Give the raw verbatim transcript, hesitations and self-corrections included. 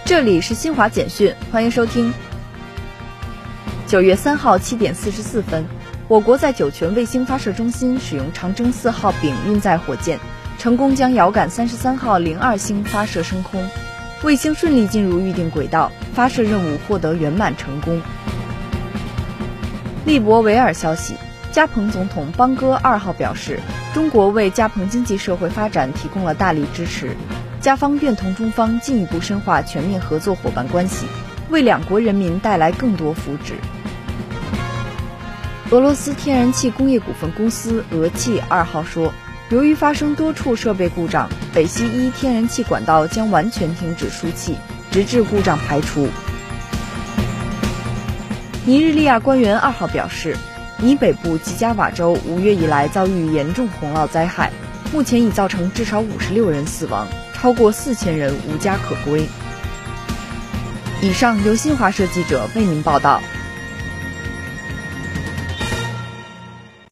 这里是新华简讯，欢迎收听。九月三号七点四十四分，我国在酒泉卫星发射中心使用长征四号丙运载火箭，成功将遥感三十三号零二星发射升空，卫星顺利进入预定轨道，发射任务获得圆满成功。利博维尔消息，加蓬总统邦戈二号表示，中国为加蓬经济社会发展提供了大力支持，加方愿同中方进一步深化全面合作伙伴关系，为两国人民带来更多福祉。俄罗斯天然气工业股份公司俄气二号说，由于发生多处设备故障，北溪一天然气管道将完全停止输气，直至故障排除。尼日利亚官员二号表示，尼北部吉加瓦州五月以来遭遇严重洪涝灾害，目前已造成至少五十六人死亡，超过四千人无家可归。以上由新华社记者为您报道。